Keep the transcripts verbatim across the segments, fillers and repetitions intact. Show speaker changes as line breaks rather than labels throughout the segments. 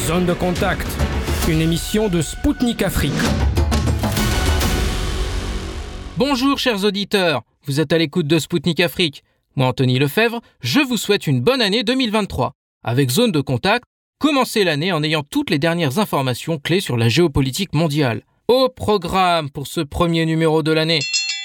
Zone de contact, une émission de Spoutnik Afrique.
Bonjour chers auditeurs, vous êtes à l'écoute de Spoutnik Afrique. Moi Anthony Lefebvre, je vous souhaite une bonne année deux mille vingt-trois. Avec Zone de contact, commencez l'année en ayant toutes les dernières informations clés sur la géopolitique mondiale. Au programme pour ce premier numéro de l'année.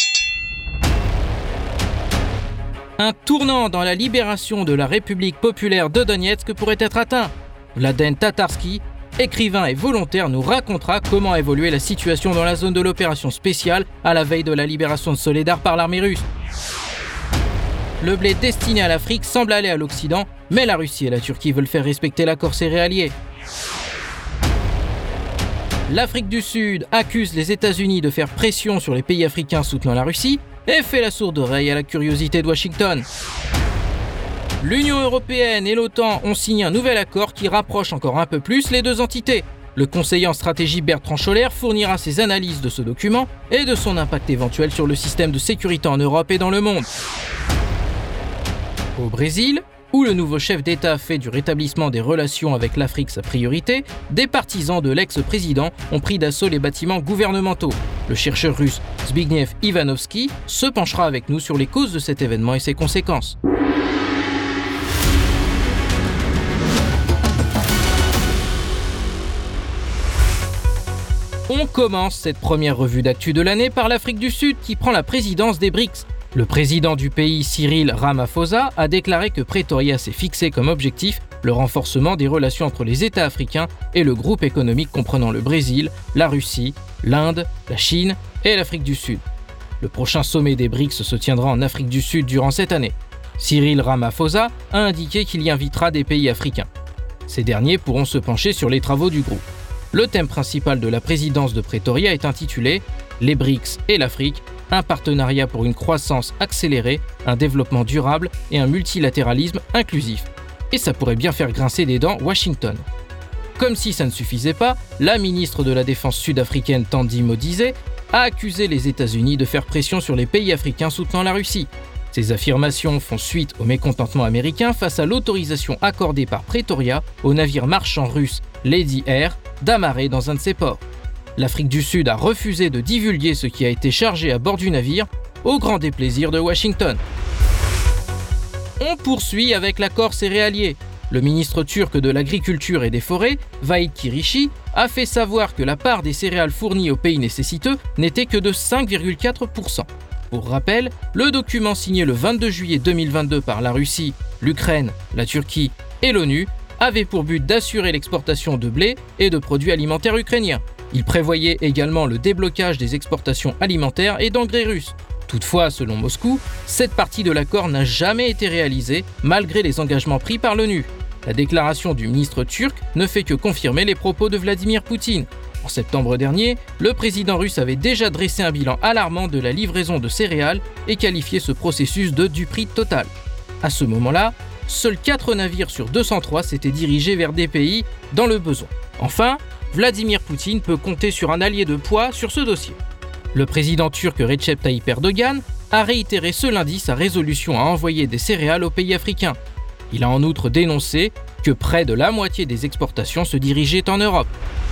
Un tournant dans la libération de la République populaire de Donetsk pourrait être atteint. Mladen Tatarsky, écrivain et volontaire, nous racontera comment a évolué la situation dans la zone de l'opération spéciale à la veille de la libération de Soledar par l'armée russe. Le blé destiné à l'Afrique semble aller à l'Occident, mais la Russie et la Turquie veulent faire respecter l'accord céréalier. L'Afrique du Sud accuse les États-Unis de faire pression sur les pays africains soutenant la Russie et fait la sourde oreille à la curiosité de Washington. L'Union européenne et l'OTAN ont signé un nouvel accord qui rapproche encore un peu plus les deux entités. Le conseiller en stratégie Bertrand Scholler fournira ses analyses de ce document et de son impact éventuel sur le système de sécurité en Europe et dans le monde. Au Brésil, où le nouveau chef d'État fait du rétablissement des relations avec l'Afrique sa priorité, des partisans de l'ex-président ont pris d'assaut les bâtiments gouvernementaux. Le chercheur russe Zbigniew Ivanovski se penchera avec nous sur les causes de cet événement et ses conséquences. On commence cette première revue d'actu de l'année par l'Afrique du Sud qui prend la présidence des B R I C S. Le président du pays, Cyril Ramaphosa, a déclaré que Pretoria s'est fixé comme objectif le renforcement des relations entre les États africains et le groupe économique comprenant le Brésil, la Russie, l'Inde, la Chine et l'Afrique du Sud. Le prochain sommet des B R I C S se tiendra en Afrique du Sud durant cette année. Cyril Ramaphosa a indiqué qu'il y invitera des pays africains. Ces derniers pourront se pencher sur les travaux du groupe. Le thème principal de la présidence de Pretoria est intitulé « Les B R I C S et l'Afrique, un partenariat pour une croissance accélérée, un développement durable et un multilatéralisme inclusif ». Et ça pourrait bien faire grincer des dents Washington. Comme si ça ne suffisait pas, la ministre de la Défense sud-africaine Thandi Modise a accusé les États-Unis de faire pression sur les pays africains soutenant la Russie. Ces affirmations font suite au mécontentement américain face à l'autorisation accordée par Pretoria au navire marchand russe Lady Air d'amarrer dans un de ses ports. L'Afrique du Sud a refusé de divulguer ce qui a été chargé à bord du navire, au grand déplaisir de Washington. On poursuit avec l'accord céréalier. Le ministre turc de l'Agriculture et des Forêts, Vahit Kirishi, a fait savoir que la part des céréales fournies aux pays nécessiteux n'était que de cinq virgule quatre pour cent. Pour rappel, le document signé le vingt-deux juillet deux mille vingt-deux par la Russie, l'Ukraine, la Turquie et l'ONU avait pour but d'assurer l'exportation de blé et de produits alimentaires ukrainiens. Il prévoyait également le déblocage des exportations alimentaires et d'engrais russes. Toutefois, selon Moscou, cette partie de l'accord n'a jamais été réalisée malgré les engagements pris par l'ONU. La déclaration du ministre turc ne fait que confirmer les propos de Vladimir Poutine. En septembre dernier, le président russe avait déjà dressé un bilan alarmant de la livraison de céréales et qualifié ce processus de duperie totale. À ce moment-là, seuls quatre navires sur deux cent trois s'étaient dirigés vers des pays dans le besoin. Enfin, Vladimir Poutine peut compter sur un allié de poids sur ce dossier. Le président turc Recep Tayyip Erdogan a réitéré ce lundi sa résolution à envoyer des céréales aux pays africains. Il a en outre dénoncé que près de la moitié des exportations se dirigeaient en Europe.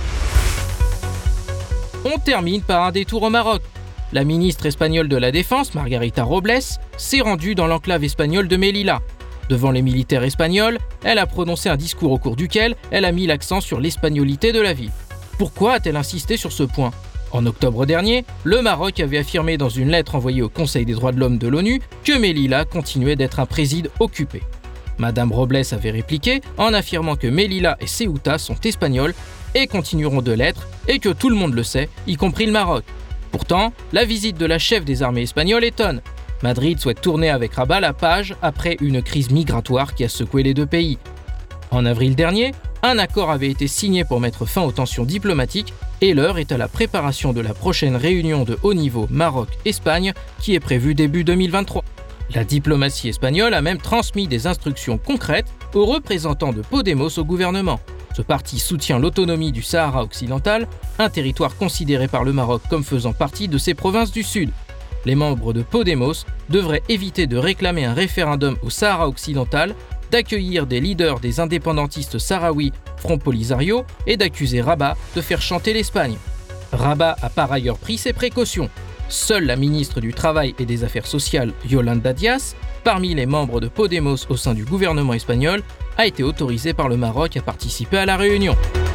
On termine par un détour au Maroc. La ministre espagnole de la Défense, Margarita Robles, s'est rendue dans l'enclave espagnole de Melilla. Devant les militaires espagnols, elle a prononcé un discours au cours duquel elle a mis l'accent sur l'espagnolité de la ville. Pourquoi a-t-elle insisté sur ce point ? En octobre dernier, le Maroc avait affirmé dans une lettre envoyée au Conseil des droits de l'homme de l'ONU que Melilla continuait d'être un préside occupé. Madame Robles avait répliqué en affirmant que Melilla et Ceuta sont espagnols et continueront de l'être et que tout le monde le sait, y compris le Maroc. Pourtant, la visite de la chef des armées espagnoles étonne. Madrid souhaite tourner avec Rabat la page après une crise migratoire qui a secoué les deux pays. En avril dernier, un accord avait été signé pour mettre fin aux tensions diplomatiques et l'heure est à la préparation de la prochaine réunion de haut niveau Maroc-Espagne qui est prévue début deux mille vingt-trois. La diplomatie espagnole a même transmis des instructions concrètes aux représentants de Podemos au gouvernement. Ce parti soutient l'autonomie du Sahara occidental, un territoire considéré par le Maroc comme faisant partie de ses provinces du Sud. Les membres de Podemos devraient éviter de réclamer un référendum au Sahara occidental d'accueillir des leaders des indépendantistes sahraouis Front Polisario et d'accuser Rabat de faire chanter l'Espagne. Rabat a par ailleurs pris ses précautions. Seule la ministre du Travail et des Affaires sociales, Yolanda Díaz, parmi les membres de Podemos au sein du gouvernement espagnol, a été autorisée par le Maroc à participer à la réunion.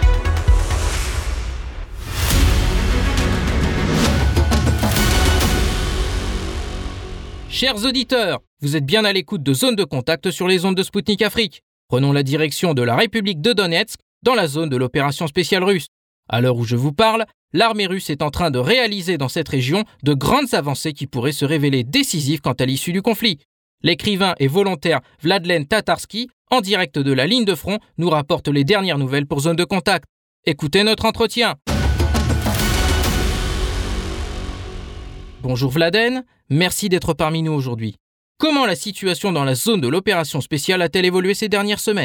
Chers auditeurs, vous êtes bien à l'écoute de Zone de Contact sur les ondes de Spoutnik Afrique. Prenons la direction de la République de Donetsk, dans la zone de l'opération spéciale russe. À l'heure où je vous parle, l'armée russe est en train de réaliser dans cette région de grandes avancées qui pourraient se révéler décisives quant à l'issue du conflit. L'écrivain et volontaire Vladlen Tatarsky, en direct de la ligne de front, nous rapporte les dernières nouvelles pour Zone de Contact. Écoutez notre entretien. Bonjour Vladlen, merci d'être parmi nous aujourd'hui. Comment la situation dans la zone de l'opération spéciale a-t-elle évolué ces dernières semaines ?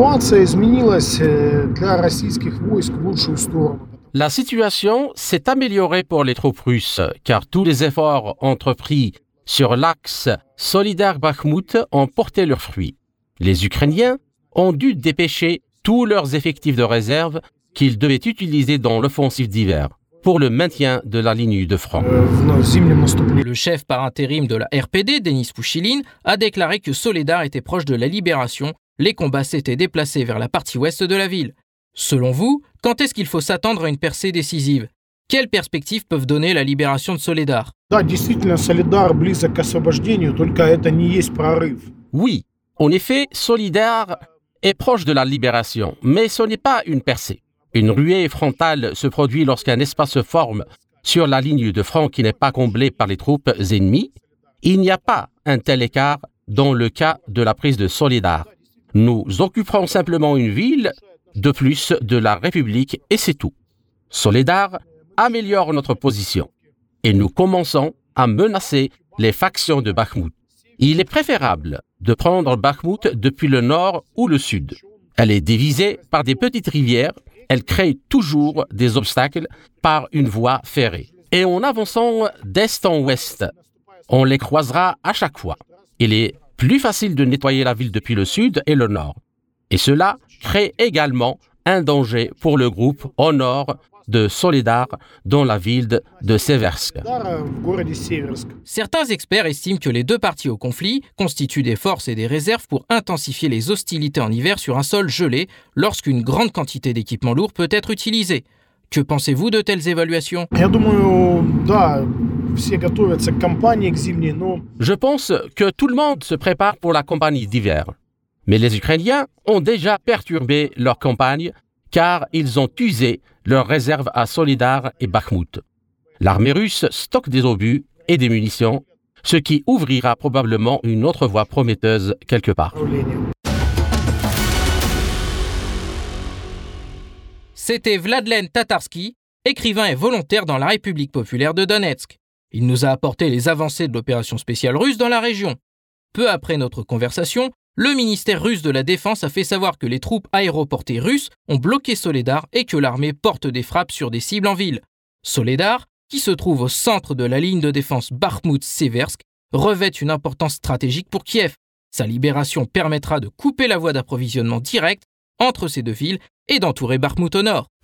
La situation s'est améliorée pour les troupes russes, car tous les efforts entrepris sur l'axe Solidar-Bakhmout ont porté leurs fruits. Les Ukrainiens ont dû dépêcher tous leurs effectifs de réserve qu'ils devaient utiliser dans l'offensive d'hiver pour le maintien de la ligne de front.
Le chef par intérim de la R P D, Denis Pouchiline, a déclaré que Soledar était proche de la libération. Les combats s'étaient déplacés vers la partie ouest de la ville. Selon vous, quand est-ce qu'il faut s'attendre à une percée décisive ? Quelles perspectives peuvent donner la libération de Soledar ?
Oui, en effet, Soledar est proche de la libération, mais ce n'est pas une percée. Une ruée frontale se produit lorsqu'un espace se forme sur la ligne de front qui n'est pas comblé par les troupes ennemies. Il n'y a pas un tel écart dans le cas de la prise de Soledar. Nous occuperons simplement une ville de plus de la République et c'est tout. Soledar améliore notre position et nous commençons à menacer les factions de Bakhmout. Il est préférable de prendre Bakhmout depuis le nord ou le sud. Elle est divisée par des petites rivières. Elle crée toujours des obstacles par une voie ferrée. Et en avançant d'est en ouest, on les croisera à chaque fois. Il est plus facile de nettoyer la ville depuis le sud et le nord. Et cela crée également un danger pour le groupe au nord de Soledar dans la ville de Seversk.
Certains experts estiment que les deux parties au conflit constituent des forces et des réserves pour intensifier les hostilités en hiver sur un sol gelé lorsqu'une grande quantité d'équipements lourds peut être utilisée. Que pensez-vous de telles évaluations ?
Je pense que tout le monde se prépare pour la campagne d'hiver. Mais les Ukrainiens ont déjà perturbé leur campagne car ils ont usé leurs réserves à Soledar et Bakhmout. L'armée russe stocke des obus et des munitions, ce qui ouvrira probablement une autre voie prometteuse quelque part.
C'était Vladlen Tatarsky, écrivain et volontaire dans la République populaire de Donetsk. Il nous a apporté les avancées de l'opération spéciale russe dans la région. Peu après notre conversation, le ministère russe de la Défense a fait savoir que les troupes aéroportées russes ont bloqué Soledar et que l'armée porte des frappes sur des cibles en ville. Soledar, qui se trouve au centre de la ligne de défense Bakhmout-Seversk, revêt une importance stratégique pour Kiev. Sa libération permettra de couper la voie d'approvisionnement direct entre ces deux villes et d'entourer Bakhmout au nord.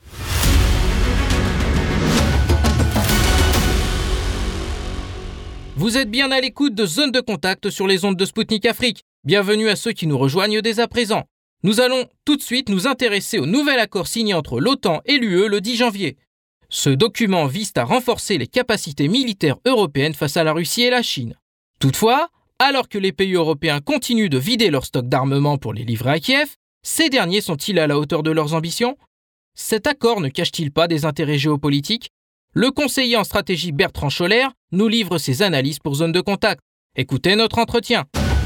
Vous êtes bien à l'écoute de Zone de Contact sur les ondes de Spoutnik Afrique. Bienvenue à ceux qui nous rejoignent dès à présent. Nous allons tout de suite nous intéresser au nouvel accord signé entre l'OTAN et l'U E le dix janvier. Ce document vise à renforcer les capacités militaires européennes face à la Russie et la Chine. Toutefois, alors que les pays européens continuent de vider leurs stocks d'armement pour les livrer à Kiev, ces derniers sont-ils à la hauteur de leurs ambitions ? Cet accord ne cache-t-il pas des intérêts géopolitiques ? Le conseiller en stratégie Bertrand Scholler nous livre ses analyses pour Zone de Contact. Écoutez notre entretien.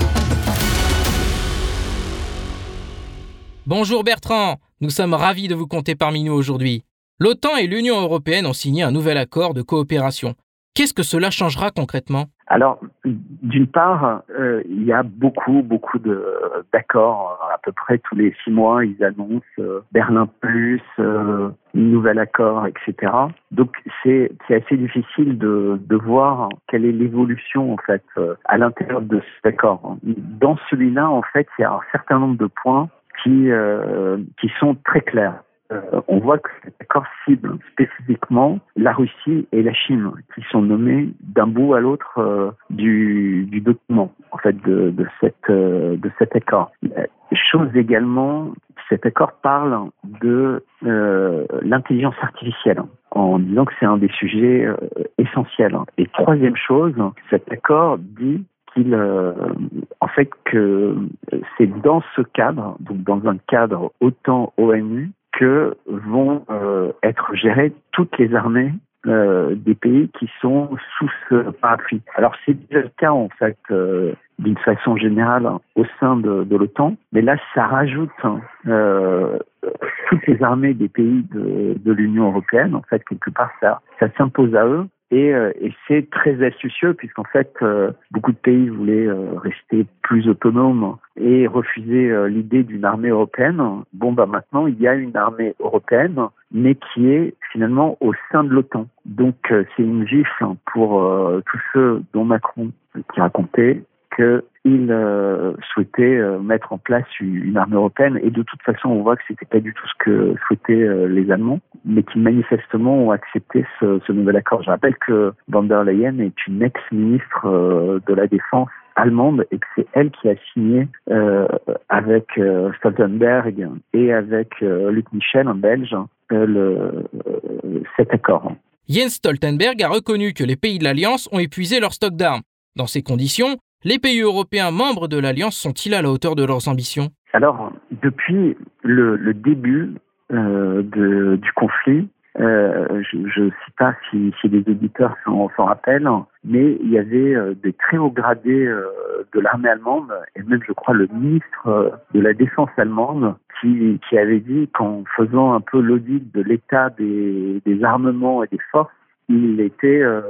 Bonjour Bertrand, nous sommes ravis de vous compter parmi nous aujourd'hui. L'OTAN et l'Union européenne ont signé un nouvel accord de coopération. Qu'est-ce que cela changera concrètement ?
Alors, d'une part, euh, il y a beaucoup, beaucoup de, d'accords. À peu près tous les six mois, ils annoncent euh, Berlin plus, euh, nouvel accord, et cetera. Donc, c'est, c'est assez difficile de, de voir quelle est l'évolution, en fait, euh, à l'intérieur de cet accord. Dans celui-là, en fait, il y a un certain nombre de points qui, euh, qui sont très clairs. Euh, on voit que cet accord cible spécifiquement la Russie et la Chine, qui sont nommés d'un bout à l'autre euh, du, du document, en fait, de, de, cette, euh, de cet accord. Euh, chose également, cet accord parle de euh, l'intelligence artificielle, en disant que c'est un des sujets euh, essentiels. Et troisième chose, cet accord dit qu'il, euh, en fait, que c'est dans ce cadre, donc dans un cadre autant O N U, que vont euh, être gérées toutes les armées euh, des pays qui sont sous ce parapluie. Alors c'est déjà le cas en fait euh, d'une façon générale au sein de, de l'OTAN, mais là ça rajoute euh, toutes les armées des pays de, de l'Union européenne. En fait, quelque part ça, ça s'impose à eux. Et, euh, et c'est très astucieux puisqu'en fait, euh, beaucoup de pays voulaient euh, rester plus autonomes et refuser euh, l'idée d'une armée européenne. Bon, bah maintenant, il y a une armée européenne, mais qui est finalement au sein de l'OTAN. Donc, euh, c'est une gifle pour euh, tous ceux dont Macron qui racontait qu'il euh, souhaitait euh, mettre en place une armée européenne. Et de toute façon, on voit que c'était pas du tout ce que souhaitaient euh, les Allemands, mais qui manifestement ont accepté ce, ce nouvel accord. Je rappelle que von der Leyen est une ex-ministre euh, de la Défense allemande et que c'est elle qui a signé euh, avec euh, Stoltenberg et avec euh, Luc Michel, un Belge, euh, le, euh, cet accord.
Jens Stoltenberg a reconnu que les pays de l'Alliance ont épuisé leur stock d'armes. Dans ces conditions, les pays européens membres de l'Alliance sont-ils à la hauteur de leurs ambitions ?
Alors, depuis le, le début euh, de, du conflit, euh, je ne sais pas si, si les auditeurs s'en, s'en rappellent, mais il y avait euh, des très hauts gradés euh, de l'armée allemande, et même, je crois, le ministre euh, de la Défense allemande, qui, qui avait dit qu'en faisant un peu l'audit de l'état des, des armements et des forces, il était euh,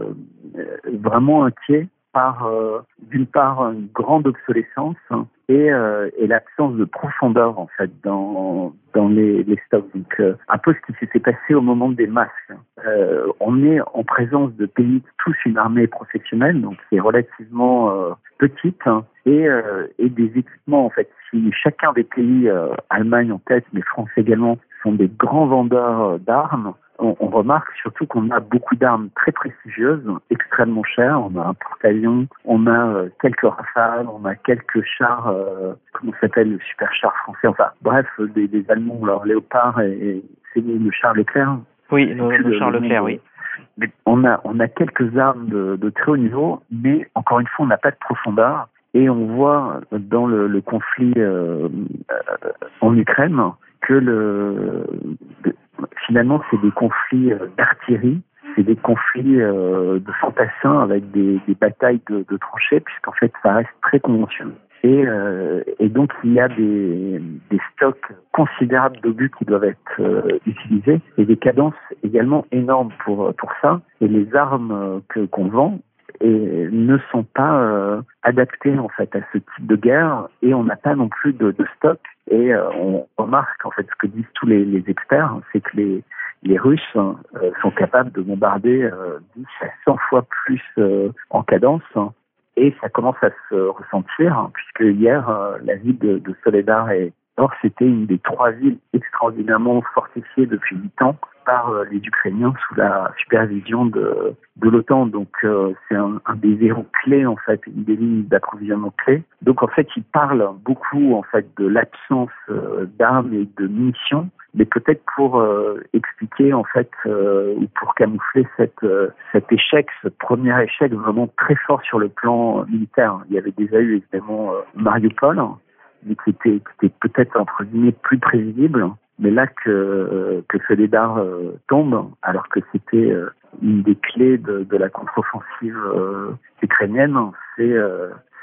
vraiment inquiet par, euh, d'une part, une grande obsolescence et, euh, et l'absence de profondeur, en fait, dans, dans les, les stocks. Donc, euh, un peu ce qui s'était passé au moment des masques. Euh, on est en présence de pays qui tous une armée professionnelle, donc qui est relativement euh, petite, hein, et, euh, et des équipements, en fait. Si chacun des pays, euh, Allemagne en tête, mais France également, sont des grands vendeurs d'armes, On, on remarque surtout qu'on a beaucoup d'armes très prestigieuses, extrêmement chères. On a un porte-avions, on a euh, quelques Rafales, on a quelques chars, euh, comment ça s'appelle, le super char français. Enfin, bref, des, des Allemands, leur Léopard et, et c'est le char Leclerc.
Oui, le, le, le char Leclerc, oui.
Mais on a, on a quelques armes de, de très haut niveau, mais encore une fois, on n'a pas de profondeur. Et on voit dans le, le conflit euh, euh, en Ukraine que le... De, Finalement, c'est des conflits euh, d'artillerie, c'est des conflits euh, de fantassins avec des, des batailles de, de tranchées, puisqu'en fait, ça reste très conventionnel. Et, euh, et donc, il y a des, des stocks considérables d'obus qui doivent être euh, utilisés et des cadences également énormes pour, pour ça. Et les armes que, qu'on vend et ne sont pas euh, adaptées en fait à ce type de guerre et on n'a pas non plus de, de stock. Et euh, on remarque en fait ce que disent tous les, les experts, c'est que les, les Russes hein, euh, sont capables de bombarder euh, dix à cent fois plus euh, en cadence. Hein, et ça commence à se ressentir, hein, puisque hier, euh, la ville de, de Soledar et Or, c'était une des trois villes extraordinairement fortifiées depuis huit ans par euh, les Ukrainiens sous la supervision de, de l'OTAN. Donc, euh, c'est un, un des verrous clés, en fait, une des lignes d'approvisionnement clés. Donc, en fait, il parle beaucoup, en fait, de l'absence euh, d'armes et de munitions, mais peut-être pour euh, expliquer, en fait, euh, ou pour camoufler cette, euh, cet échec, ce premier échec vraiment très fort sur le plan militaire. Il y avait déjà eu, évidemment, euh, Mariupol, mais qui était, qui était peut-être, entre guillemets, plus prévisible. Mais là que, euh, que Soledar euh, tombe, alors que c'était euh, une des clés de, de la contre-offensive euh, ukrainienne, c'est, euh,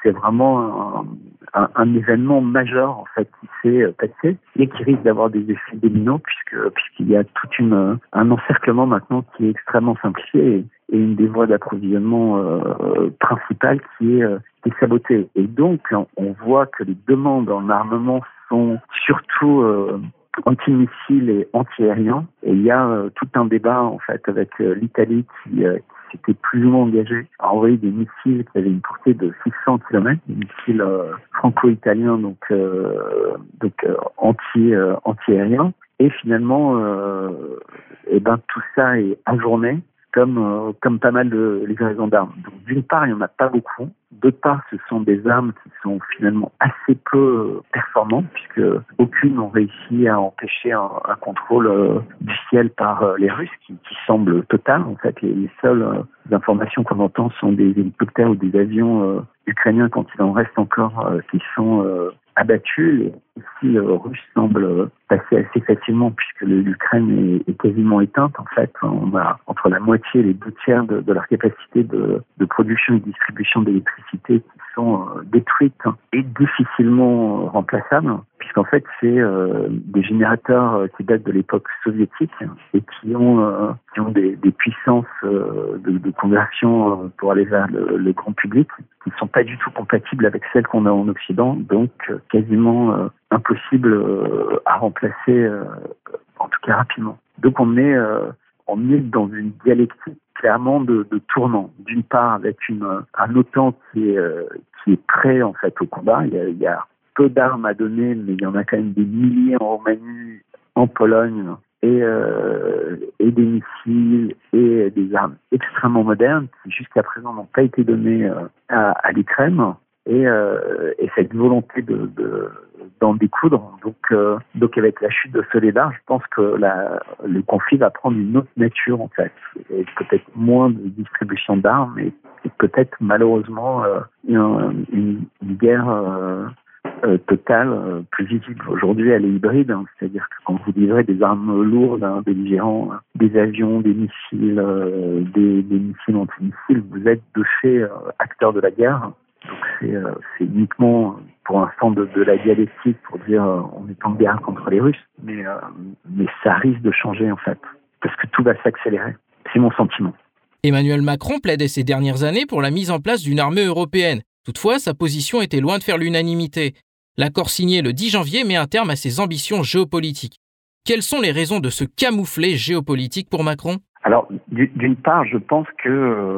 c'est vraiment un, un, un événement majeur en fait qui s'est passé et qui risque d'avoir des effets dominos puisque puisqu'il y a tout une un encerclement maintenant qui est extrêmement simplifié et, et une des voies d'approvisionnement euh, principales qui est, euh, qui est sabotée. Et donc on, on voit que les demandes en armement sont surtout euh, anti-missiles et anti-aériens. Et il y a euh, tout un débat en fait avec euh, l'Italie qui, euh, qui s'était plus ou moins engagée à envoyer des missiles qui avaient une portée de six cents kilomètres, des missiles euh, franco-italiens donc euh, donc euh, anti euh, anti-aériens. Et finalement, euh, et ben tout ça est ajourné comme euh, comme pas mal de livraisons d'armes. Donc d'une part, il y en a pas beaucoup. D'autre part, ce sont des armes qui sont finalement assez peu performantes puisque aucune n'ont réussi à empêcher un, un contrôle euh, du ciel par euh, les Russes qui, qui semble total. En fait, les, les seules euh, informations qu'on entend sont des hélicoptères ou des avions euh, ukrainiens quand il en reste encore euh, qui sont euh, abattus. Les missiles euh, russes semblent passer assez facilement puisque l'Ukraine est, est quasiment éteinte. En fait, on a entre la moitié et les deux tiers de, de leur capacité de, de production et de distribution d'électricité qui sont euh, détruites et difficilement remplaçables, puisqu'en fait c'est euh, des générateurs euh, qui datent de l'époque soviétique et qui ont euh, qui ont des, des puissances euh, de, de conversion euh, pour aller vers le, le grand public qui ne sont pas du tout compatibles avec celles qu'on a en Occident, donc euh, quasiment euh, impossible euh, à remplacer, euh, en tout cas rapidement. Donc on est euh, on est dans une dialectique clairement de, de tournant. D'une part, avec une, un OTAN qui est, euh, qui est prêt en fait au combat. Il y a, il y a peu d'armes à donner, mais il y en a quand même des milliers en Roumanie, en Pologne, et, euh, et des missiles et des armes extrêmement modernes qui jusqu'à présent n'ont pas été données euh, à, à l'Ukraine. Et, euh, et cette volonté de, de d'en découdre. Donc, euh, donc avec la chute de Soledar, je pense que la, le conflit va prendre une autre nature en fait, et peut-être moins de distribution d'armes, et, et peut-être malheureusement euh, une, une, une guerre euh, euh, totale euh, plus visible. Aujourd'hui, elle est hybride, hein, c'est-à-dire que quand vous livrez des armes lourdes, hein, belligérants, hein, des avions, des missiles, euh, des, des missiles anti-missiles, vous êtes de fait euh, acteur de la guerre. Donc c'est, euh, c'est uniquement pour l'instant de, de la dialectique pour dire euh, on est en guerre contre les Russes, mais, euh, mais ça risque de changer en fait, parce que tout va s'accélérer. C'est mon sentiment.
Emmanuel Macron plaidait ces dernières années pour la mise en place d'une armée européenne. Toutefois, sa position était loin de faire l'unanimité. L'accord signé le dix janvier met un terme à ses ambitions géopolitiques. Quelles sont les raisons de ce camouflet géopolitique pour Macron ?
Alors, d'une part, je pense que euh,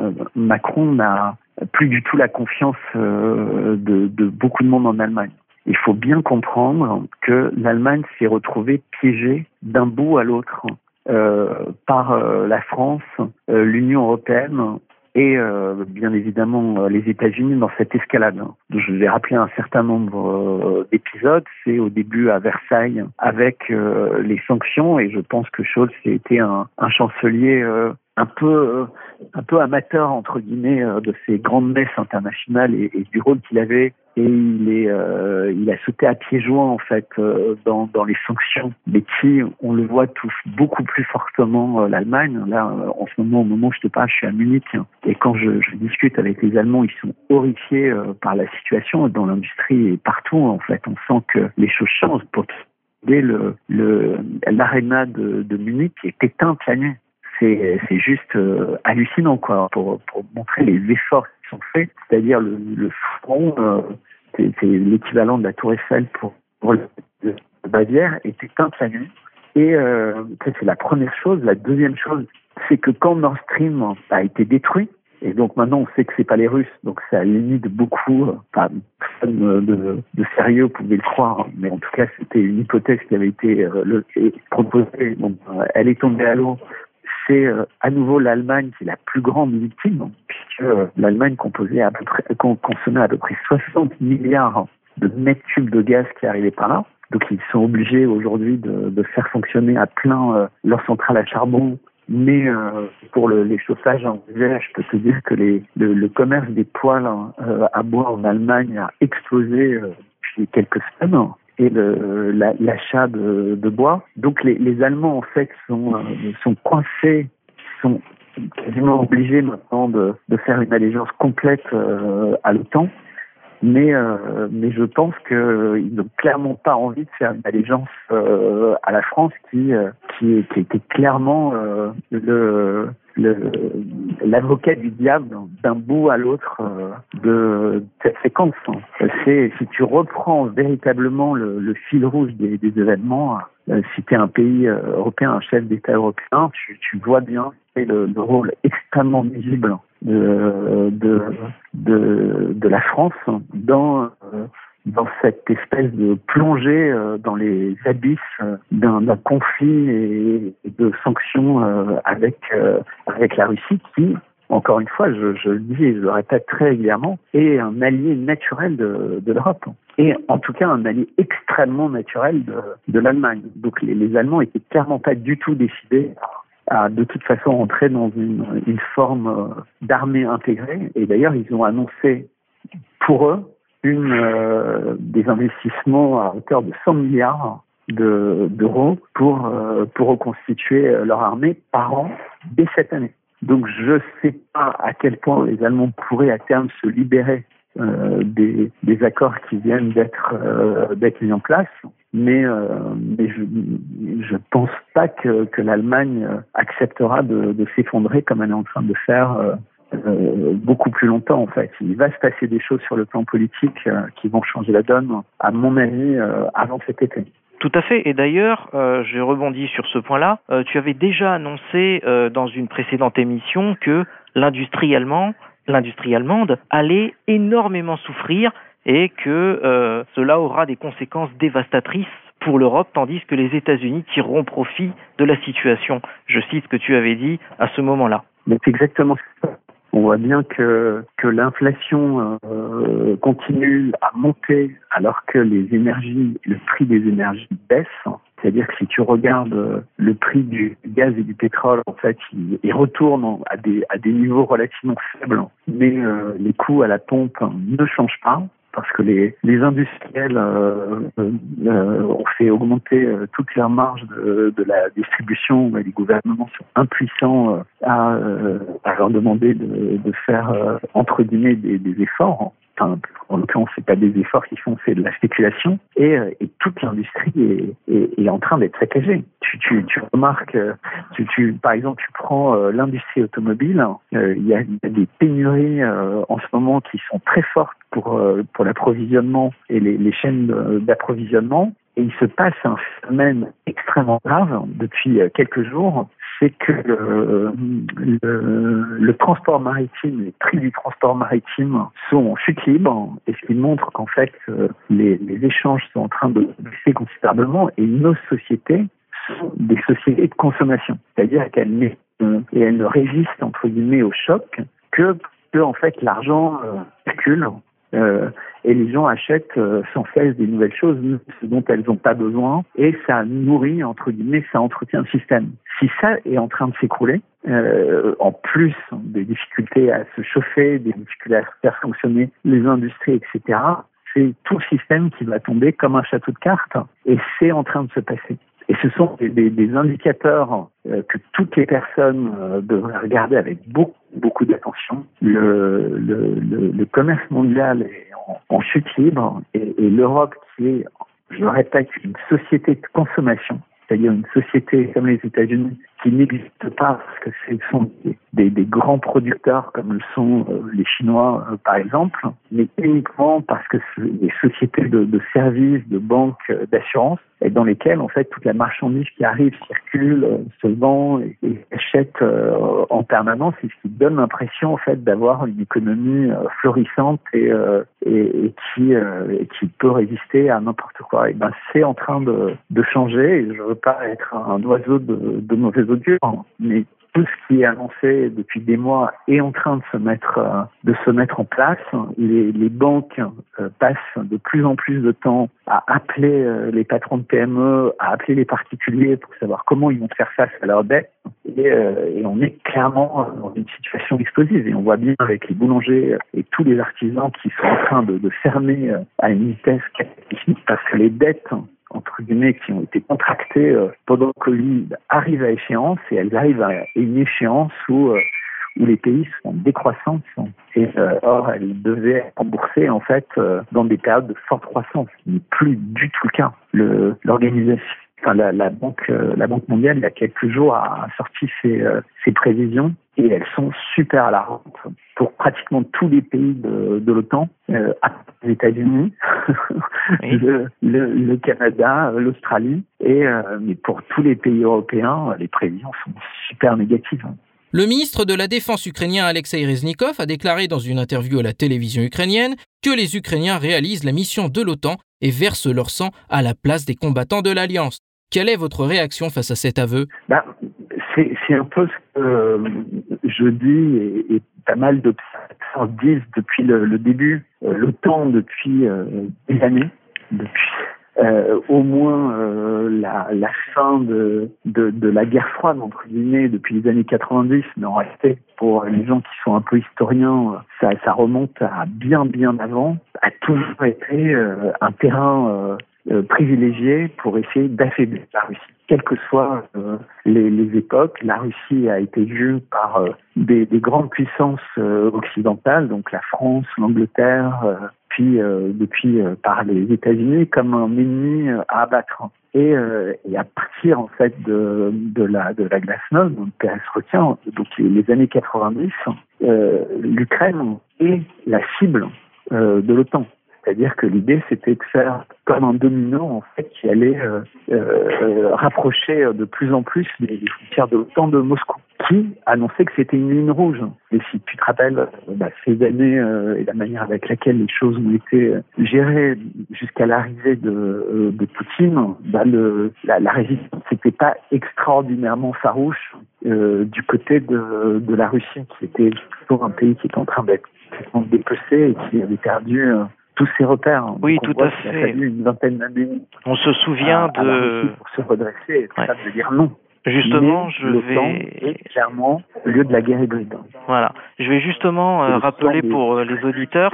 Macron n'a plus du tout la confiance euh, de, de beaucoup de monde en Allemagne. Il faut bien comprendre que l'Allemagne s'est retrouvée piégée d'un bout à l'autre euh, par euh, la France, euh, l'Union européenne et euh, bien évidemment euh, les États-Unis dans cette escalade. Donc, je vais rappeler un certain nombre euh, d'épisodes. C'est au début à Versailles avec euh, les sanctions, et je pense que Scholz a été un, un chancelier euh, un peu euh, un peu amateur entre guillemets euh, de ces grandes messes internationales et, et du rôle qu'il avait, et il est euh, il a sauté à pieds joints en fait euh, dans dans les sanctions, mais qui, on le voit, touchent beaucoup plus fortement euh, l'Allemagne. Là euh, en ce moment, au moment où je te parle, je suis à Munich, hein, et quand je, je discute avec les Allemands, ils sont horrifiés euh, par la situation dans l'industrie et partout en fait. On sent que les choses changent. Pour le le l'aréna de, de Munich est éteinte la nuit. C'est, c'est juste euh, hallucinant quoi, pour, pour montrer les efforts qui sont faits, c'est-à-dire le, le front, euh, c'est, c'est l'équivalent de la Tour Eiffel pour, pour le, le Bavière, est éteinte la nuit. Et euh, ça, c'est la première chose. La deuxième chose, c'est que quand Nord Stream a été détruit, et donc maintenant on sait que c'est pas les Russes, donc ça limite beaucoup, enfin, personne de, de sérieux pouvait le croire, mais en tout cas c'était une hypothèse qui avait été euh, le, proposée, donc euh, elle est tombée à l'eau. C'est euh, à nouveau l'Allemagne qui est la plus grande victime, puisque euh, l'Allemagne composait à peu près, consommait à peu près soixante milliards de mètres cubes de gaz qui arrivaient par là. Donc ils sont obligés aujourd'hui de, de faire fonctionner à plein euh, leur centrale à charbon. Mais euh, pour le, les chauffages en hiver, je peux te dire que les, le, le commerce des poêles euh, à bois en Allemagne a explosé euh, depuis quelques semaines. Et le, la, l'achat de, de bois. Donc les, les Allemands en fait sont, euh, sont coincés, sont quasiment obligés maintenant de, de faire une allégeance complète euh, à l'OTAN. Mais, euh, mais je pense qu'ils n'ont clairement pas envie de faire une allégeance euh, à la France qui, euh, qui, qui était clairement euh, le, le, l'avocat du diable d'un bout à l'autre euh, de cette séquence. C'est, si tu reprends véritablement le, le fil rouge des, des événements, euh, si tu es un pays euh, européen, un chef d'État européen, tu, tu vois bien le, le rôle extrêmement visible de, de, de, de la France dans, dans cette espèce de plongée dans les abysses d'un, d'un conflit et de sanctions avec, avec la Russie qui, encore une fois, je, je le dis et je le répète très régulièrement, est un allié naturel de, de l'Europe. Et en tout cas, un allié extrêmement naturel de, de l'Allemagne. Donc les, les Allemands étaient clairement pas du tout décidés à de toute façon entrer dans une, une forme d'armée intégrée. Et d'ailleurs, ils ont annoncé pour eux une, euh, des investissements à hauteur de cent milliards de, d'euros pour, euh, pour reconstituer leur armée par an dès cette année. Donc je ne sais pas à quel point les Allemands pourraient à terme se libérer euh, des, des accords qui viennent d'être, euh, d'être mis en place. Mais, euh, mais je ne pense pas que, que l'Allemagne acceptera de, de s'effondrer comme elle est en train de faire euh, euh, beaucoup plus longtemps en fait. Il va se passer des choses sur le plan politique euh, qui vont changer la donne, à mon avis, euh, avant cet été.
Tout à fait. Et d'ailleurs, euh, j'ai rebondi sur ce point-là. Euh, tu avais déjà annoncé euh, dans une précédente émission que l'industrie allemande, l'industrie allemande allait énormément souffrir et que euh, cela aura des conséquences dévastatrices pour l'Europe, tandis que les États-Unis tireront profit de la situation. Je cite ce que tu avais dit à ce moment-là.
Mais c'est exactement ça. On voit bien que, que l'inflation euh, continue à monter alors que les énergies, le prix des énergies baisse. C'est-à-dire que si tu regardes le prix du gaz et du pétrole, en fait, il, il retourne à des, à des niveaux relativement faibles, mais euh, les coûts à la pompe ne changent pas. Parce que les, les industriels euh, euh, ont fait augmenter euh, toutes leurs marges de, de la distribution et les gouvernements sont impuissants euh, à, euh, à leur demander de, de faire, euh, entre guillemets, des, des efforts. Enfin, en l'occurrence, c'est pas des efforts qui font, c'est de la spéculation. Et, euh, et toute l'industrie est, est, est en train d'être saccagée. Tu, tu, tu remarques, tu, tu, par exemple, tu prends euh, l'industrie automobile, euh, il, y a, il y a des pénuries euh, en ce moment qui sont très fortes pour, euh, pour l'approvisionnement et les, les chaînes d'approvisionnement. Et il se passe un phénomène extrêmement grave depuis quelques jours, c'est que le, le, le transport maritime, les prix du transport maritime sont en chute libre, et ce qui montre qu'en fait les, les échanges sont en train de baisser considérablement et nos sociétés sont des sociétés de consommation, c'est-à-dire qu'elles et elles ne résistent entre guillemets au choc que, que en fait l'argent euh, circule. Euh, et les gens achètent euh, sans cesse des nouvelles choses, ce dont elles n'ont pas besoin, et ça nourrit, entre guillemets, ça entretient le système. Si ça est en train de s'écrouler, euh, en plus des difficultés à se chauffer, des difficultés à faire fonctionner les industries, et cetera, c'est tout le système qui va tomber comme un château de cartes, et c'est en train de se passer. Et ce sont des, des, des indicateurs euh, que toutes les personnes euh, devraient regarder avec beaucoup, beaucoup d'attention. Le, le, le, le commerce mondial est en, en chute libre et, et l'Europe qui est, je le répète, une société de consommation, c'est-à-dire une société comme les États-Unis qui n'existe pas parce que ce sont des, des, des grands producteurs comme le sont euh, les Chinois euh, par exemple, mais uniquement parce que c'est des sociétés de, de services, de banques, euh, d'assurance, et dans lesquelles en fait toute la marchandise qui arrive circule, euh, se vend et, et achète euh, en permanence, et ce qui donne l'impression en fait d'avoir une économie euh, florissante et, euh, et, et qui euh, et qui peut résister à n'importe quoi. Et ben c'est en train de, de changer. Et je veux pas être un oiseau de, de mauvais augure, mais tout ce qui est annoncé depuis des mois est en train de se mettre euh, de se mettre en place. Les, les banques euh, passent de plus en plus de temps à appeler euh, les patrons de P M E, à appeler les particuliers pour savoir comment ils vont faire face à leurs dettes. Et, euh, et on est clairement dans une situation explosive. Et on voit bien avec les boulangers et tous les artisans qui sont en train de, de fermer à une vitesse catastrophique parce que les dettes, entre guillemets, qui ont été contractées euh, pendant le Covid arrivent à échéance, et elles arrivent à une échéance où, euh, où les pays sont en décroissance. Et euh, or, elles devaient être remboursées en fait euh, dans des périodes de forte croissance. Ce n'est plus du tout le cas. Le, l'organisation, enfin la, la banque, euh, la Banque mondiale, il y a quelques jours, a sorti ses, euh, ses prévisions et elles sont super alarmantes pour pratiquement tous les pays de, de l'OTAN, euh, les États-Unis, oui. le, le, le Canada, l'Australie, et euh, mais pour tous les pays européens, les prévisions sont super négatives.
Le ministre de la Défense ukrainien Alexei Reznikov a déclaré dans une interview à la télévision ukrainienne que les Ukrainiens réalisent la mission de l'OTAN et versent leur sang à la place des combattants de l'Alliance. Quelle est votre réaction face à cet aveu ?
bah, c'est, c'est un peu ce que euh, je dis et, et pas mal d'observateurs disent depuis le, le début. Euh, L'OTAN, depuis euh, des années, depuis euh, au moins euh, la, la fin de, de, de la guerre froide, entre guillemets, depuis les années quatre-vingt-dix, mais en réalité, pour les gens qui sont un peu historiens, ça, ça remonte à bien, bien avant, a toujours été euh, un terrain euh, euh, privilégié pour essayer d'affaiblir la Russie. Quelles que soient euh, les, les époques, la Russie a été vue par euh, des, des grandes puissances euh, occidentales, donc la France, l'Angleterre, euh, puis euh, depuis euh, par les États-Unis comme un ennemi euh, à abattre. Et, euh, et à partir en fait de, de la de la glasnost, donc perestroïka, donc les, les années quatre-vingt-dix, euh, l'Ukraine est la cible euh, de l'OTAN. C'est-à-dire que l'idée, c'était de faire comme un domino, en fait, qui allait euh, euh, rapprocher de plus en plus les, les frontières de l'OTAN de Moscou, qui annonçait que c'était une ligne rouge. Et si tu te rappelles bah, ces années euh, et la manière avec laquelle les choses ont été gérées jusqu'à l'arrivée de, euh, de Poutine, bah, le, la, la résistance n'était pas extraordinairement farouche euh, du côté de, de la Russie, qui était toujours un pays qui était en train d'être dépecé et qui avait perdu... Euh, tous ces repères.
Oui,
donc,
tout à fait.
Il a fallu une vingtaine d'années.
On se souvient
à, à
de...
pour se redresser et être capable ouais. de dire non.
Justement,
Mais
je
l'OTAN
vais...
est clairement le lieu de la guerre hybride.
Voilà. Je vais justement euh, rappeler pour des... les auditeurs...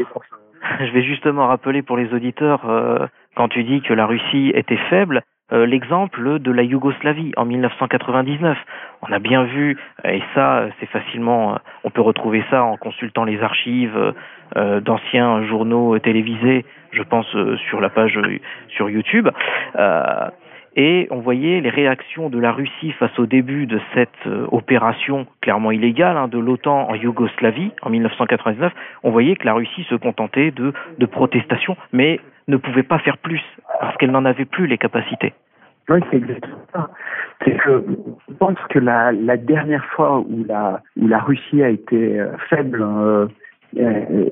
Je vais justement rappeler pour les auditeurs, euh, quand tu dis que la Russie était faible, euh, l'exemple de la Yougoslavie en mille neuf cent quatre-vingt-dix-neuf. On a bien vu, et ça, c'est facilement, on peut retrouver ça en consultant les archives euh, d'anciens journaux télévisés, je pense euh, sur la page euh, sur YouTube. Euh, Et on voyait les réactions de la Russie face au début de cette euh, opération clairement illégale hein, de l'OTAN en Yougoslavie en mille neuf cent quatre-vingt-dix-neuf. On voyait que la Russie se contentait de, de protestations, mais ne pouvait pas faire plus parce qu'elle n'en avait plus les capacités.
Oui, c'est exactement ça. C'est que je pense que la, la dernière fois où la, où la Russie a été euh, faible, euh, et,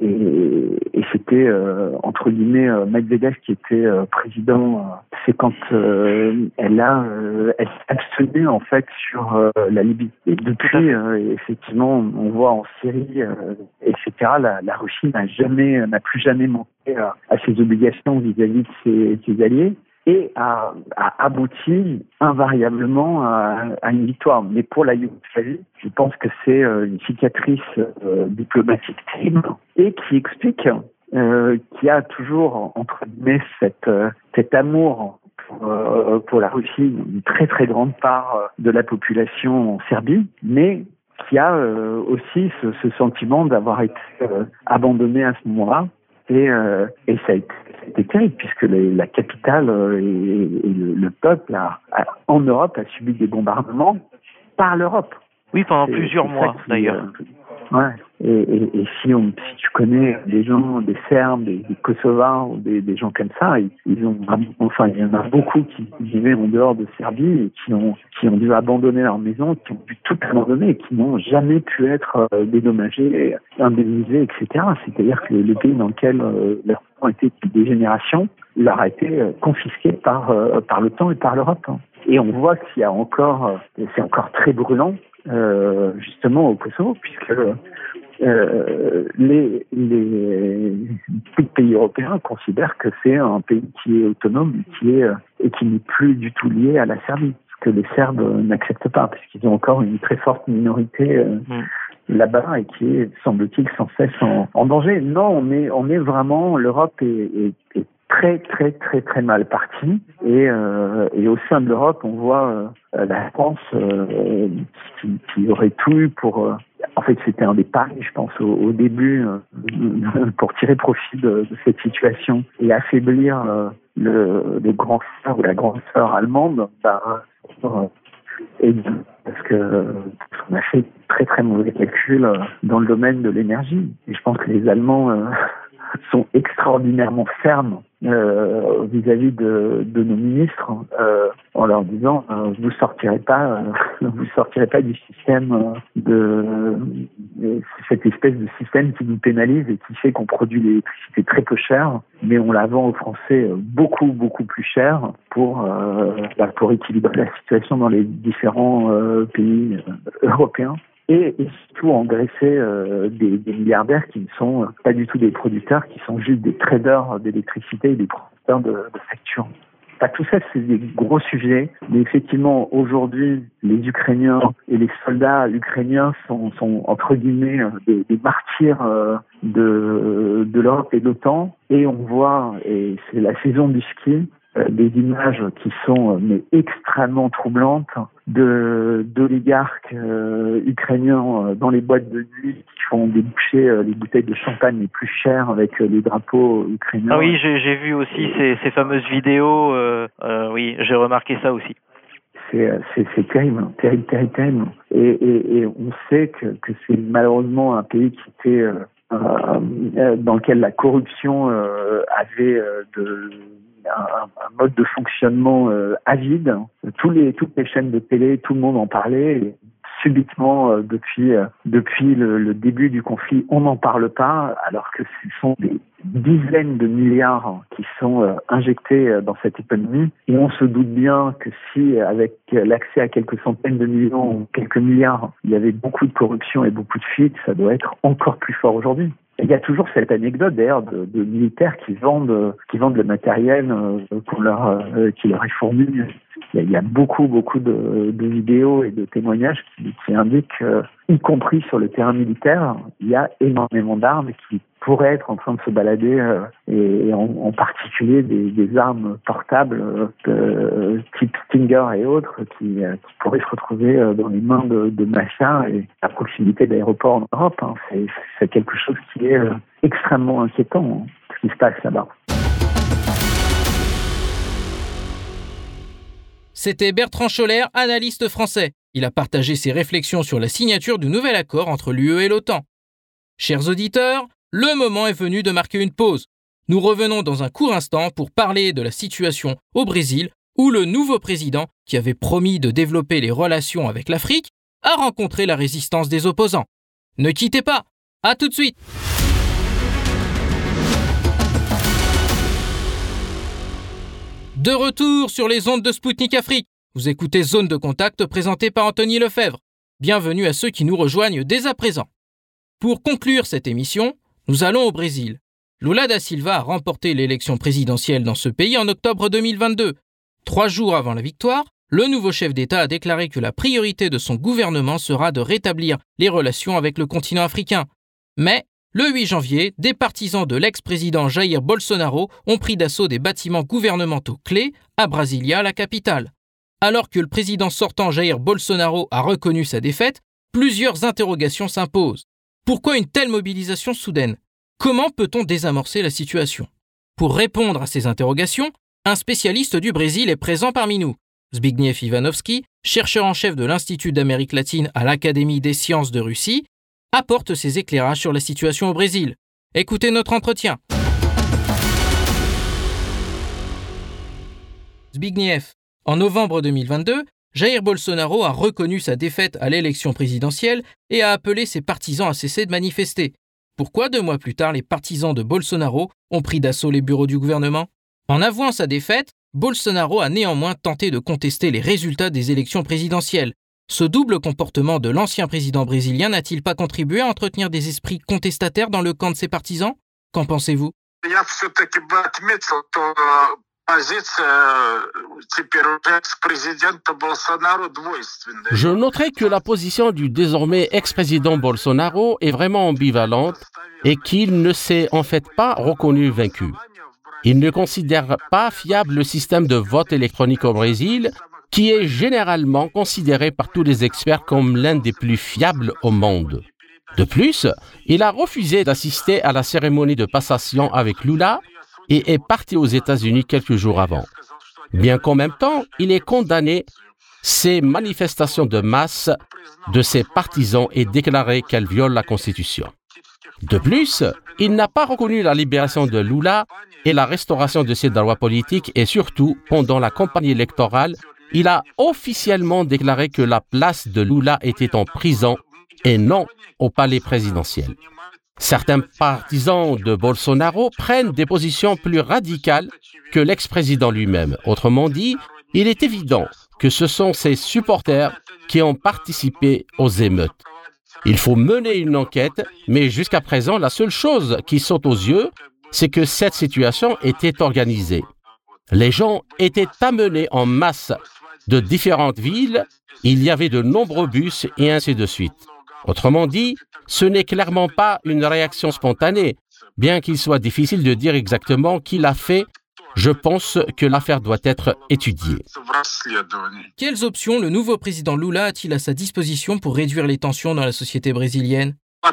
et, et c'était euh, entre guillemets euh, Medvedev qui était euh, président, euh, c'est quand euh, elle a euh, elle s'est abstenue en fait sur euh, la Libye. Et depuis, euh, effectivement, on voit en Syrie, euh, et cetera. La, la Russie n'a jamais, n'a plus jamais manqué à, à ses obligations vis-à-vis de ses, ses alliés. Et a, a abouti invariablement à, à une victoire. Mais pour la Yougoslavie, je pense que c'est euh, une cicatrice euh, diplomatique terrible et qui explique euh, qu'il y a toujours, entre guillemets, cette, euh, cet amour pour, euh, pour la Russie, une très très grande part de la population en Serbie, mais qui a euh, aussi ce, ce sentiment d'avoir été euh, abandonné à ce moment-là. Et, euh, et ça a été, ça a été terrible puisque les, la capitale euh, et, et le, le peuple a, a, en Europe a subi des bombardements par l'Europe.
Oui, pendant
c'est,
plusieurs
c'est
mois
qui,
d'ailleurs.
Euh, ouais. Et, et, et si, on, si tu connais des gens, des Serbes, des, des Kosovars, ou des, des gens comme ça, ils, ils ont, enfin, il y en a beaucoup qui vivaient en dehors de Serbie et qui ont, qui ont dû abandonner leur maison, qui ont dû tout abandonner et qui n'ont jamais pu être euh, dédommagés, indemnisés, et cetera. C'est-à-dire que le pays dans lequel euh, leurs parents étaient depuis des générations leur a été euh, confisqué par, euh, par l'OTAN et par l'Europe. Hein. Et on voit qu'il y a encore, euh, c'est encore très brûlant, euh, justement au Kosovo, puisque Euh, les, les pays européens considèrent que c'est un pays qui est autonome qui est, et qui n'est plus du tout lié à la Serbie, ce que les Serbes n'acceptent pas, parce qu'ils ont encore une très forte minorité euh, mmh. là-bas et qui est, semble-t-il, sans cesse en, en danger. Non, on est, on est vraiment, l'Europe est, est, est très très très très mal parti et, euh, et au sein de l'Europe on voit euh, la France euh, qui, qui aurait tout eu pour euh, en fait c'était un des paris je pense au, au début euh, pour tirer profit de, de cette situation et affaiblir euh, le, le grand frère ou la grande sœur allemande bah, euh, et parce que parce qu'on a fait très très mauvais calculs dans le domaine de l'énergie et je pense que les Allemands euh, sont extraordinairement fermes euh, vis-à-vis de, de nos ministres euh, en leur disant euh, vous sortirez pas euh, vous sortirez pas du système euh, de euh, cette espèce de système qui nous pénalise et qui fait qu'on produit l'électricité très peu cher mais on la vend aux Français beaucoup beaucoup plus cher pour euh, bah, pour équilibrer la situation dans les différents euh, pays euh, européens. Et, et surtout engraisser euh, des, des milliardaires qui ne sont pas du tout des producteurs, qui sont juste des traders d'électricité et des producteurs de, de factures. Enfin, tout ça, c'est des gros sujets. Mais effectivement, aujourd'hui, les Ukrainiens et les soldats ukrainiens sont, sont entre guillemets, des, des martyrs euh, de, de l'Europe et de l'OTAN. Et on voit, et c'est la saison du ski, euh, des images qui sont euh, mais extrêmement troublantes de d'oligarques euh, ukrainiens euh, dans les boîtes de nuit qui font déboucher euh, les bouteilles de champagne les plus chères avec euh, les drapeaux ukrainiens.
Ah oui, j'ai, j'ai vu aussi ces, ces fameuses vidéos. Euh, euh, oui, j'ai remarqué ça aussi.
C'est, c'est, c'est terrible, terrible, terrible, terrible. Et, et, et on sait que, que c'est malheureusement un pays qui était euh, euh, dans lequel la corruption euh, avait euh, de Un, un mode de fonctionnement euh, avide. Tous les, toutes les chaînes de télé, tout le monde en parlait. Et subitement, euh, depuis, euh, depuis le, le début du conflit, on n'en parle pas, alors que ce sont des dizaines de milliards qui sont euh, injectés dans cette économie. Et on se doute bien que si, avec l'accès à quelques centaines de millions ou quelques milliards, il y avait beaucoup de corruption et beaucoup de fuites, ça doit être encore plus fort aujourd'hui. Il y a toujours cette anecdote d'ailleurs de, de militaires qui vendent, qui vendent le matériel euh, qu'on leur, euh, qui leur est fourni. Il y a, il y a beaucoup, beaucoup de, de vidéos et de témoignages qui, qui indiquent, euh, y compris sur le terrain militaire, il y a énormément d'armes qui pourraient être en train de se balader, euh, et en, en particulier des, des armes portables euh, type Stinger et autres qui, euh, qui pourraient se retrouver euh, dans les mains de, de mafias et à proximité d'aéroports en Europe. Hein. C'est, c'est quelque chose qui est euh, extrêmement inquiétant, hein, ce qui se passe là-bas.
C'était Bertrand Scholler, analyste français. Il a partagé ses réflexions sur la signature du nouvel accord entre l'U E et l'OTAN. Chers auditeurs, le moment est venu de marquer une pause. Nous revenons dans un court instant pour parler de la situation au Brésil, où le nouveau président, qui avait promis de développer les relations avec l'Afrique, a rencontré la résistance des opposants. Ne quittez pas, à tout de suite. De retour sur les ondes de Spoutnik Afrique. Vous écoutez Zone de Contact présentée par Anthony Lefebvre. Bienvenue à ceux qui nous rejoignent dès à présent. Pour conclure cette émission, nous allons au Brésil. Lula da Silva a remporté l'élection présidentielle dans ce pays en octobre deux mille vingt-deux. Trois jours avant la victoire, le nouveau chef d'État a déclaré que la priorité de son gouvernement sera de rétablir les relations avec le continent africain. Mais, le huit janvier, des partisans de l'ex-président Jair Bolsonaro ont pris d'assaut des bâtiments gouvernementaux clés à Brasilia, la capitale. Alors que le président sortant Jair Bolsonaro a reconnu sa défaite, plusieurs interrogations s'imposent. Pourquoi une telle mobilisation soudaine ? Comment peut-on désamorcer la situation ? Pour répondre à ces interrogations, un spécialiste du Brésil est présent parmi nous. Zbigniew Iwanowski, chercheur en chef de l'Institut d'Amérique latine à l'Académie des sciences de Russie, apporte ses éclairages sur la situation au Brésil. Écoutez notre entretien. Zbigniew, en novembre deux mille vingt-deux, Jair Bolsonaro a reconnu sa défaite à l'élection présidentielle et a appelé ses partisans à cesser de manifester. Pourquoi deux mois plus tard, les partisans de Bolsonaro ont pris d'assaut les bureaux du gouvernement ? En avouant sa défaite, Bolsonaro a néanmoins tenté de contester les résultats des élections présidentielles. Ce double comportement de l'ancien président brésilien n'a-t-il pas contribué à entretenir des esprits contestataires dans le camp de ses partisans ? Qu'en pensez-vous ?
Je noterai que la position du désormais ex-président Bolsonaro est vraiment ambivalente et qu'il ne s'est en fait pas reconnu vaincu. Il ne considère pas fiable le système de vote électronique au Brésil, qui est généralement considéré par tous les experts comme l'un des plus fiables au monde. De plus, il a refusé d'assister à la cérémonie de passation avec Lula et est parti aux États-Unis quelques jours avant. Bien qu'en même temps, il ait condamné ces manifestations de masse de ses partisans et déclaré qu'elles violent la Constitution. De plus, il n'a pas reconnu la libération de Lula et la restauration de ses droits politiques et surtout, pendant la campagne électorale, il a officiellement déclaré que la place de Lula était en prison et non au palais présidentiel. Certains partisans de Bolsonaro prennent des positions plus radicales que l'ex-président lui-même. Autrement dit, il est évident que ce sont ses supporters qui ont participé aux émeutes. Il faut mener une enquête, mais jusqu'à présent, la seule chose qui saute aux yeux, c'est que cette situation était organisée. Les gens étaient amenés en masse de différentes villes, il y avait de nombreux bus et ainsi de suite. Autrement dit, ce n'est clairement pas une réaction spontanée. Bien qu'il soit difficile de dire exactement qui l'a fait, je pense que l'affaire doit être étudiée.
Quelles options le nouveau président Lula a-t-il à sa disposition pour réduire les tensions dans la société brésilienne ?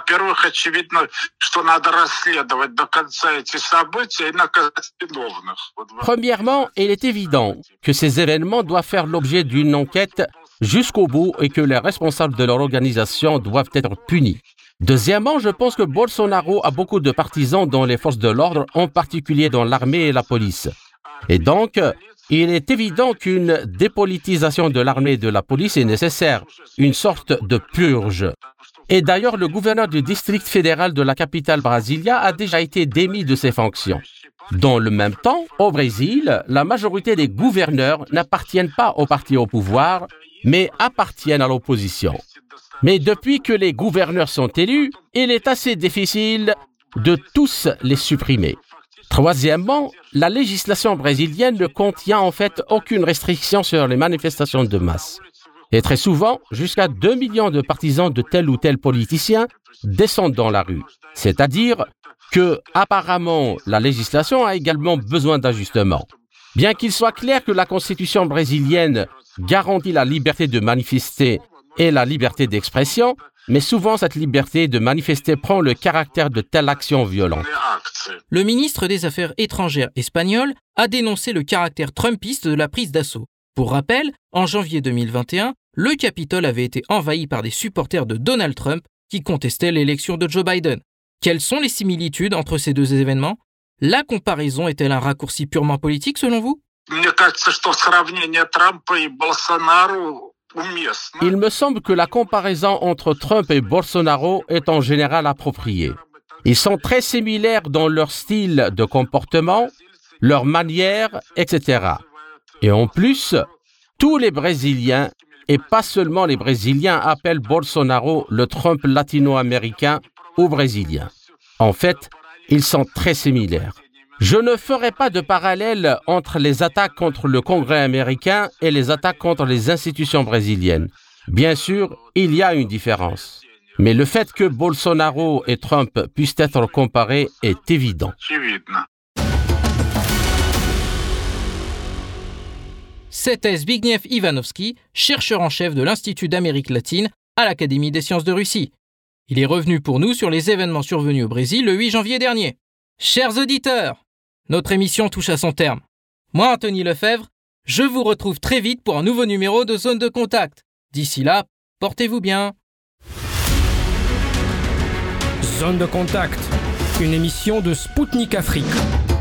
Premièrement, il est évident que ces événements doivent faire l'objet d'une enquête jusqu'au bout et que les responsables de leur organisation doivent être punis. Deuxièmement, je pense que Bolsonaro a beaucoup de partisans dans les forces de l'ordre, en particulier dans l'armée et la police. Et donc, il est évident qu'une dépolitisation de l'armée et de la police est nécessaire, une sorte de purge. Et d'ailleurs, le gouverneur du district fédéral de la capitale Brasilia a déjà été démis de ses fonctions. Dans le même temps, au Brésil, la majorité des gouverneurs n'appartiennent pas au parti au pouvoir, mais appartiennent à l'opposition. Mais depuis que les gouverneurs sont élus, il est assez difficile de tous les supprimer. Troisièmement, la législation brésilienne ne contient en fait aucune restriction sur les manifestations de masse. Et très souvent, jusqu'à deux millions de partisans de tel ou tel politicien descendent dans la rue. C'est-à-dire que, apparemment, la législation a également besoin d'ajustement. Bien qu'il soit clair que la Constitution brésilienne garantit la liberté de manifester et la liberté d'expression, mais souvent cette liberté de manifester prend le caractère de telle action violente.
Le ministre des Affaires étrangères espagnol a dénoncé le caractère trumpiste de la prise d'assaut. Pour rappel, en janvier deux mille vingt et un, le Capitole avait été envahi par des supporters de Donald Trump qui contestaient l'élection de Joe Biden. Quelles sont les similitudes entre ces deux événements ? La comparaison est-elle un raccourci purement politique selon vous ?
Il me semble que la comparaison entre Trump et Bolsonaro est en général appropriée. Ils sont très similaires dans leur style de comportement, leur manière, et cetera. Et en plus, tous les Brésiliens, et pas seulement les Brésiliens, appellent Bolsonaro le Trump latino-américain ou brésilien. En fait, ils sont très similaires. Je ne ferai pas de parallèle entre les attaques contre le Congrès américain et les attaques contre les institutions brésiliennes. Bien sûr, il y a une différence. Mais le fait que Bolsonaro et Trump puissent être comparés est évident.
C'était Zbigniew Iwanowski, chercheur en chef de l'Institut d'Amérique latine à l'Académie des sciences de Russie. Il est revenu pour nous sur les événements survenus au Brésil le huit janvier dernier. Chers auditeurs, notre émission touche à son terme. Moi, Anthony Lefebvre, je vous retrouve très vite pour un nouveau numéro de Zone de Contact. D'ici là, portez-vous bien.
Zone de Contact, une émission de Spoutnik Afrique.